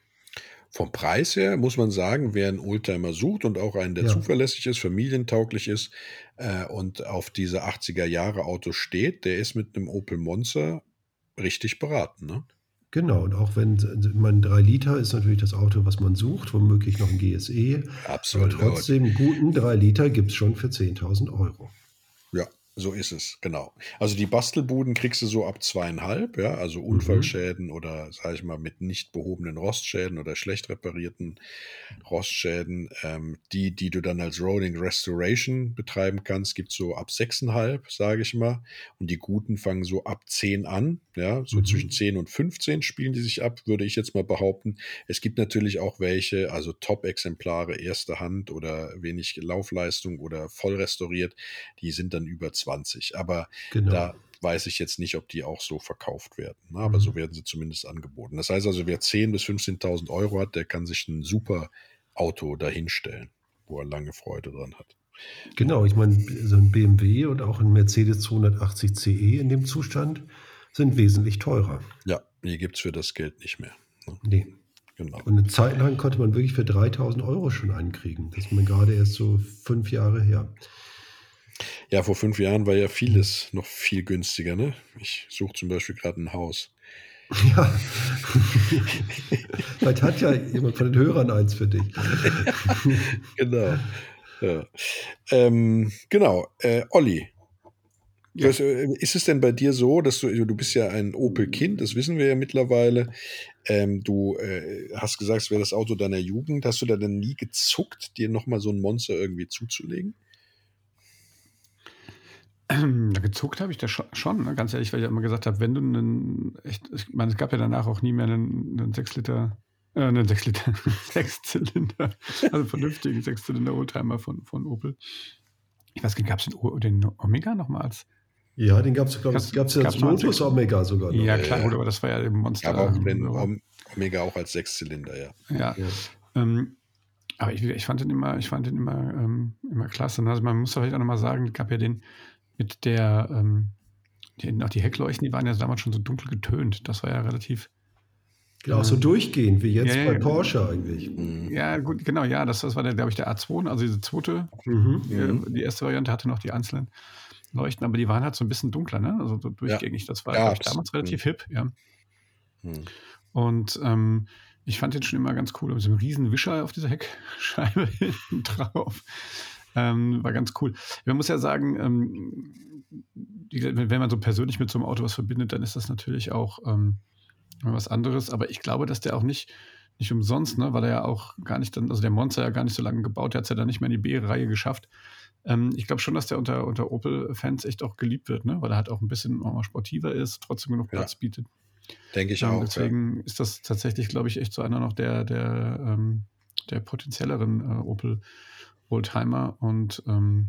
vom Preis her muss man sagen, wer 'n Oldtimer sucht und auch einen, der Ja. zuverlässig ist, familientauglich ist, äh, und auf diese achtziger Jahre Autos steht, der ist mit 'nem Opel Monza richtig beraten, ne? Genau, und auch wenn s s mein drei Liter ist natürlich das Auto, was man sucht, womöglich noch 'n G S E, aber Absolut. trotzdem 'n guten drei Liter gibt's schon für zehntausend Euro. Ja, so ist es, genau. Also, die Bastelbuden kriegst du so ab zweieinhalb, ja, also Mhm. Unfallschäden oder, sage ich mal, mit nicht behobenen Rostschäden oder schlecht reparierten Rostschäden. Ähm, die, die du dann als Rolling Restoration betreiben kannst, gibt's so ab sechseinhalb, sage ich mal. Und die guten fangen so ab zehn an, ja, so zwischen Mhm. zehn und fünfzehn spielen die sich ab, würde ich jetzt mal behaupten. Es gibt natürlich auch welche, also Top-Exemplare, erste Hand oder wenig Laufleistung oder voll restauriert, die sind dann über zwanzig. Aber Genau. da weiß ich jetzt nicht, ob die auch so verkauft werden, ne? Aber so Mhm. werden sie zumindest angeboten. Das heißt also, wer zehn bis fünfzehntausend Euro hat, der kann sich 'n super Auto dahinstellen, wo er lange Freude dran hat. Genau, ich meine, b so 'n B M W und auch 'n Mercedes zweihundertachtzig C E in dem Zustand sind wesentlich teurer. Ja, die gibt's für das Geld nicht mehr, ne? Ne. Genau. Und 'ne Zeit lang konnte man wirklich für dreitausend Euro schon einen kriegen. Das ist mir grade erst so fünf Jahre her. Ja, vor fünf Jahren war ja Mhm. vieles noch viel günstiger, ne? Ich suche zum Beispiel grad 'n Haus. Ja. Vielleicht hat ja jemand von den Hörern eins für dich. Genau, ja. Ähm, genau, äh, Olli, Ja. was, äh, ist es denn bei dir so, dass du du bist ja ein Opel-Kind, das wissen wir ja mittlerweile. Ähm, du, äh, hast gesagt, es wäre das Auto deiner Jugend. Hast du da denn nie gezuckt, dir noch mal so 'n Monster irgendwie zuzulegen? Na, gezuckt habe ich da scho schon, ne, ganz ehrlich, weil ich ja immer gesagt habe, wenn du 'nen echt ich meine, es gab ja danach auch nie mehr 'nen 'nen sechs Liter äh, 'nen sechs Liter, Sechszylinder, also vernünftigen Sechszylinder-Oldtimer von von Opel. Ich weiß gar nicht, gab's den O den Omega noch mal als Ja, den gab's, glaube ich gab's gab's ja als gab's mal als Lotus Sechs Omega sogar noch. ja Ja, klar, ja. gut, aber das war ja eben Gab Monster, auch ähm, den Hörer. Om Omega auch als Sechszylinder, ja. Ja, Ja. ähm, aber ich ich fand den immer ich fand den immer ähm, immer klasse, ne? Also, man muss vielleicht auch noch mal sagen, es gab ja den mit der, ähm die hatten auch die Heckleuchten, die waren ja damals schon so dunkel getönt. Das war ja relativ Ja, auch so ähm, durchgehend wie ja, jetzt bei ja, Porsche eigentlich. Mhm. ja, gut, genau, ja, das das war der, glaube ich, der A zwei, also diese zweite Mhm. äh, Mhm. die erste Variante hatte noch die einzelnen Leuchten, aber die waren halt so 'n bisschen dunkler, ne? Also so Ja, durchgängig. Das war, glaube ich, gab's. damals Mhm. relativ hip, ja. Mhm. Und, ähm, ich fand den schon immer ganz cool mit so 'nem riesen Wischer auf dieser Heckscheibe hinten drauf. Ähm, war ganz cool. Man muss ja sagen, ähm, die wenn wenn man so persönlich mit so 'nem Auto was verbindet, dann ist das natürlich auch, ähm, was anderes. Aber ich glaube, dass der auch nicht nicht umsonst, ne, weil er ja auch gar nicht dann also der Monza ja gar nicht so lange gebaut, der hat's ja dann nicht mehr in die B-Reihe geschafft. Ähm, ich glaube schon, dass der unter unter Opel-Fans echt auch geliebt wird, ne, weil er halt auch 'n bisschen auch mal sportiver ist, trotzdem genug Ja. Platz bietet. Denke ich Ähm, auch, ja. deswegen ist das tatsächlich, glaube ich, echt so einer noch der der, ähm der potenzielleren, äh, Opel-Oldtimer und, ähm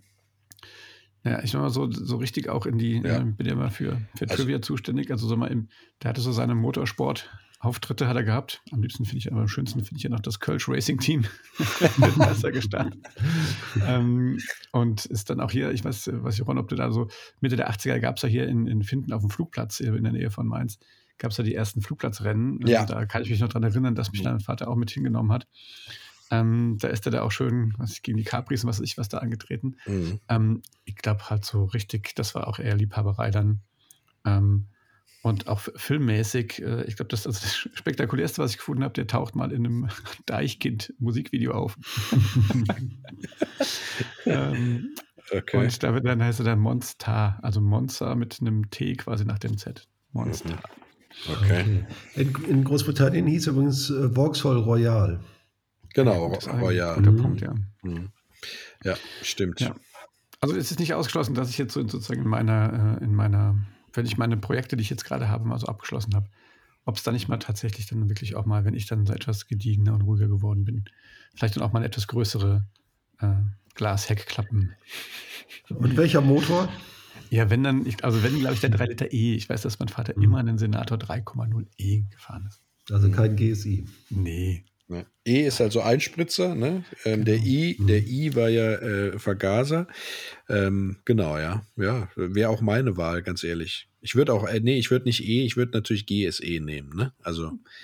na ja, ich sage mal so so richtig auch in die Ja. äh, bin ja immer für für Also Trivia zuständig. Also, sage mal, im der hatte so seine Motorsport-Auftritte hat er gehabt. Am liebsten finde ich aber am schönsten finde ich ja noch das Kölsch Racing Team. Da ist er gestartet. Ähm, und ist dann auch hier ich weiß weiß nicht, Ron, ob du da so Mitte der achtziger gab's ja hier in in Vinten auf'm Flugplatz, äh, in der Nähe von Mainz, gab's ja die ersten Flugplatzrennen. Ähm, Ja. da kann ich mich noch dran erinnern, dass mich Mhm. da mein Vater auch mit hingenommen hat. Ähm, da ist er da auch schön, was weiß ich, gegen die Capris und was weiß ich was da angetreten. Mhm. Ähm, ich glaube halt so richtig das war auch eher Liebhaberei dann. Ähm, und auch f filmmäßig, äh, ich glaube, das also das Spektakulärste, was ich gefunden habe, der taucht mal in 'nem Deichkind-Musikvideo auf. Ähm, Okay. und da wird dann heißt er dann Monstar, also Monza mit 'nem T quasi nach dem Z. Mhm. Monstar. Okay. Okay. In in Großbritannien hieß er übrigens, äh, Vauxhall Royale. Ah ja, Genau, gut, Ro das ist ein Royale. guter Mhm. Punkt, ja. Mhm. Ja, stimmt. Ja. Also, es ist nicht ausgeschlossen, dass ich jetzt so sozusagen in meiner äh, in meiner wenn ich meine Projekte, die ich jetzt grade habe, mal so abgeschlossen habe, ob's da nicht mal tatsächlich dann wirklich auch mal, wenn ich dann so etwas gediegener und ruhiger geworden bin, vielleicht dann auch mal 'ne etwas größere, äh, Glasheckklappen. Und welcher Motor? Ja, wenn dann ich also wenn, glaube ich, der drei Liter E. Ich weiß, dass mein Vater Mhm. immer 'nen Senator drei Komma null E gefahren ist. Also Mhm. kein G S I. Ne. Ne. E ist also Einspritzer, ne? Ähm, der Genau. I Mhm. der I war ja, äh, Vergaser. Ähm, genau, ja. Ja, wäre auch meine Wahl, ganz ehrlich. Ich würde auch äh, ne, ich würde nicht E, ich würde natürlich G S E nehmen, ne? Also Ja.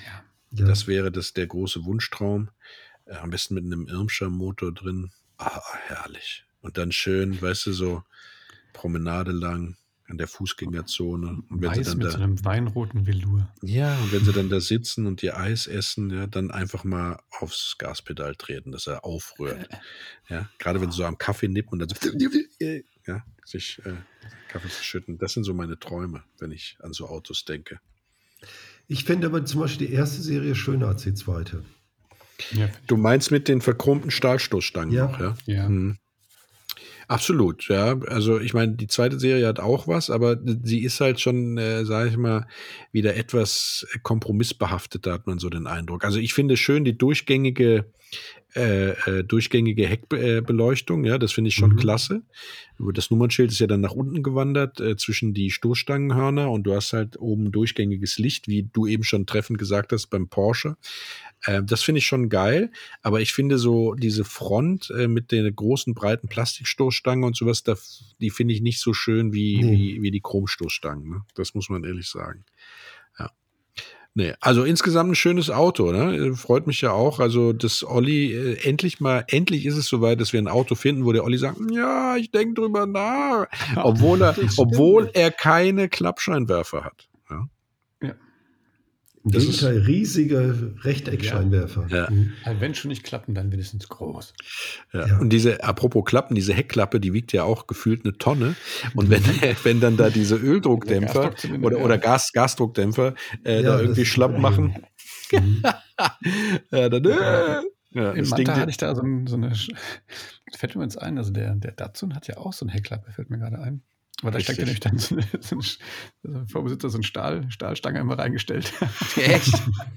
Ja. Das wäre das der große Wunschtraum. Äh, am besten mit einem Irmscher-Motor drin. Ah, herrlich. Und dann schön, weißt du, so Promenade lang an der Fußgängerzone. Und wenn sie Weiß dann mit da, so einem weinroten Velour. ja, und wenn sie dann da sitzen und ihr Eis essen, ja, dann einfach mal aufs Gaspedal treten, dass er aufrührt. Ja, gerade wenn sie so am Kaffee nippen und dann so, ja, sich äh, Kaffee verschütten. Das sind so meine Träume, wenn ich an so Autos denke. Ich finde aber zum Beispiel die erste Serie schöner als die zweite. Ja, Du meinst mit den verchromten Stahlstoßstangen Ja. noch, ja? ja. Mhm. Absolut, ja. Also ich meine, die zweite Serie hat auch was, aber sie ist halt schon, äh, sage ich mal, wieder etwas kompromissbehaftet, da hat man so den Eindruck. Also ich finde schön die durchgängige äh, äh, durchgängige Heckbeleuchtung, ja, das finde ich schon Mhm. klasse. Das Nummernschild ist ja dann nach unten gewandert äh, zwischen die Stoßstangenhörner und du hast halt oben durchgängiges Licht, wie du eben schon treffend gesagt hast beim Porsche. Äh, das finde ich schon geil, aber ich finde so diese Front äh, mit den großen, breiten Plastikstoßstangen und sowas, da, die finde ich nicht so schön wie, Nee. wie, wie die Chromstoßstangen. Ne? Das muss man ehrlich sagen. Ja. Nee, also insgesamt ein schönes Auto, ne? Freut mich ja auch. Also, dass Olli äh, endlich mal, endlich ist es soweit, dass wir ein Auto finden, wo der Olli sagt, ja, ich denke drüber nach. Obwohl er, Das stimmt. obwohl er keine Klappscheinwerfer hat. Ja. Ja. Im Das Gegenteil, riesige Rechteckscheinwerfer. Ja. Mhm. Also wenn schon nicht klappen, dann wenigstens groß. Ja. Ja. Und diese, apropos Klappen, diese Heckklappe, die wiegt ja auch gefühlt eine Tonne. Und wenn, wenn dann da diese Öldruckdämpfer Gasdruckzylinder, oder, ja. oder Gas, Gasdruckdämpfer äh, Ja, da das irgendwie ist schlapp ein machen, Mhm. ja, dann, äh, ja, Im das Manta Ding, hatte ich da so, ein, so eine, Sch- fällt mir jetzt ein, also der, der Datsun hat ja auch so eine Heckklappe, fällt mir gerade ein. Aber da steckt ja nämlich Richtig. dann so eine, so eine Sch- also der Vorbesitzer so eine Stahl, Stahlstange immer reingestellt. echt?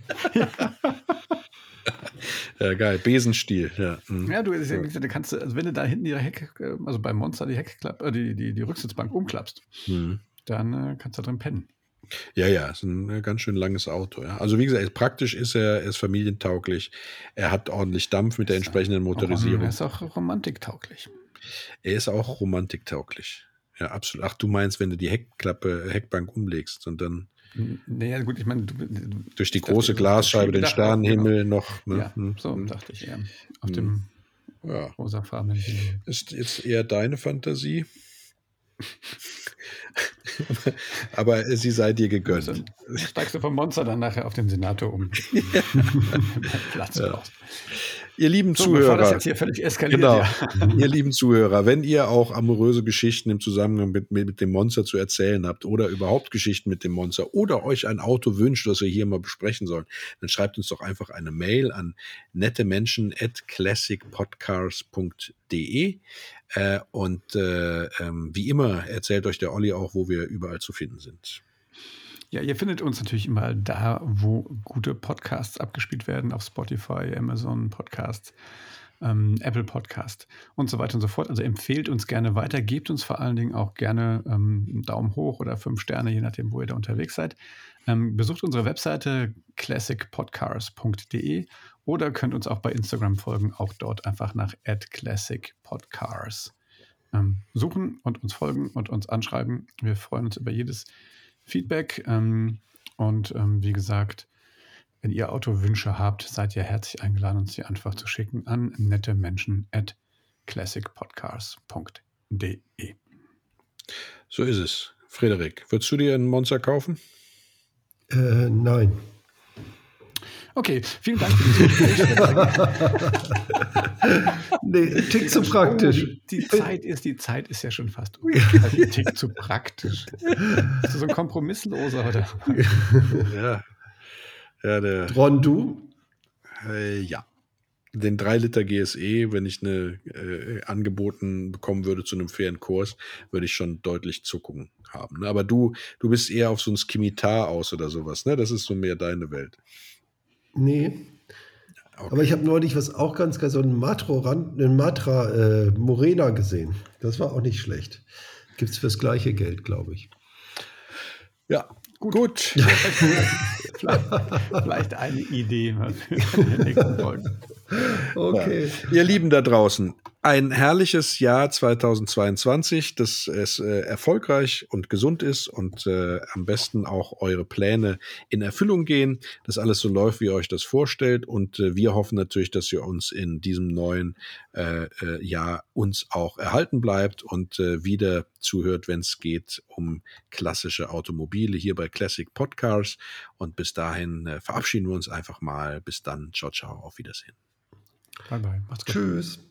Ja, geil. Besenstiel, ja. Mhm. Ja, du, das ist ja, wie gesagt, da kannst du, also wenn du da hinten die Heck, äh, also beim Monster die Heckklappe, äh, die, die, die Rücksitzbank umklappst, Mhm. dann äh, kannst du da drin pennen. Ja, ja, ist ein äh, ganz schön langes Auto. Ja. Also wie gesagt, praktisch ist er, er ist familientauglich. Er hat ordentlich Dampf mit der entsprechenden Er Motorisierung. ist auch romantiktauglich. Er ist auch romantiktauglich. Ja, absolut. Ach, du meinst, wenn du die Heckklappe, Heckbank umlegst und dann N- Naja, gut, ich meine, du, du, durch die das- große das Glasscheibe den Schiebedach auch, Sternenhimmel noch. Genau. Ne? Ja, Hm, so hm. dachte ich eher. Auf Hm. dem Ja. rosafarbenen Himmel. Ist jetzt eher deine Fantasie. Aber sie sei dir gegönnt. Dann steigst du vom Monster dann nachher auf den Senator um. Platz Ja. brauchst. Ihr lieben So, bevor das Zuhörer, jetzt hier völlig eskaliert, genau, ja. ihr lieben Zuhörer, wenn ihr auch amoröse Geschichten im Zusammenhang mit, mit, mit dem Monster zu erzählen habt oder überhaupt Geschichten mit dem Monster oder euch ein Auto wünscht, das wir hier mal besprechen sollen, dann schreibt uns doch einfach eine Mail an nettemenschen at classicpodcars punkt de äh, und äh, ähm, wie immer erzählt euch der Olli auch, wo wir überall zu finden sind. Ja, ihr findet uns natürlich immer da, wo gute Podcasts abgespielt werden, auf Spotify, Amazon Podcasts, ähm, Apple Podcast und so weiter und so fort. Also empfehlt uns gerne weiter, gebt uns vor allen Dingen auch gerne ähm, einen Daumen hoch oder fünf Sterne, je nachdem, wo ihr da unterwegs seid. Ähm, besucht unsere Webseite classic podcars punkt de oder könnt uns auch bei Instagram folgen, auch dort einfach nach at classicpodcars ähm, suchen und uns folgen und uns anschreiben. Wir freuen uns über jedes Feedback ähm, und ähm, wie gesagt, wenn ihr Autowünsche habt, seid ihr herzlich eingeladen, uns die einfach zu schicken an nettemenschen at classicpodcars punkt de. So ist es. Frederik, würdest du dir einen Monster kaufen? Äh, nein. Okay, vielen Dank für dieses Gespräch. Nee, Tick zu praktisch. Oh, die Zeit ist, die Zeit ist ja schon fast um. Ein Tick zu praktisch. Bist du so ein Kompromissloser, oder? Ja. Ja, der. Ron, du? Äh, ja. Den drei Liter G S E, wenn ich eine äh, angeboten bekommen würde zu einem fairen Kurs, würde ich schon deutlich Zuckung haben. Ne? Aber du, du bist eher auf so ein Skimitar aus oder sowas, ne? Das ist so mehr deine Welt. Nee. Okay. Aber ich habe neulich was auch ganz geil, so einen Matra, einen Matra äh, Morena gesehen. Das war auch nicht schlecht. Gibt es fürs gleiche Geld, glaube ich. Ja, gut. gut. Vielleicht, vielleicht eine Idee für die nächsten Folgen. Okay. Ja. Ihr Lieben da draußen, ein herrliches Jahr zweitausendzweiundzwanzig, dass es äh, erfolgreich und gesund ist und äh, am besten auch eure Pläne in Erfüllung gehen, dass alles so läuft, wie ihr euch das vorstellt. Und äh, wir hoffen natürlich, dass ihr uns in diesem neuen äh, äh, Jahr uns auch erhalten bleibt und äh, wieder zuhört, wenn es geht um klassische Automobile hier bei Classic Podcars. Und bis dahin äh, verabschieden wir uns einfach mal. Bis dann. Ciao, ciao. Auf Wiedersehen. Bye, bye. Macht's gut. Tschüss.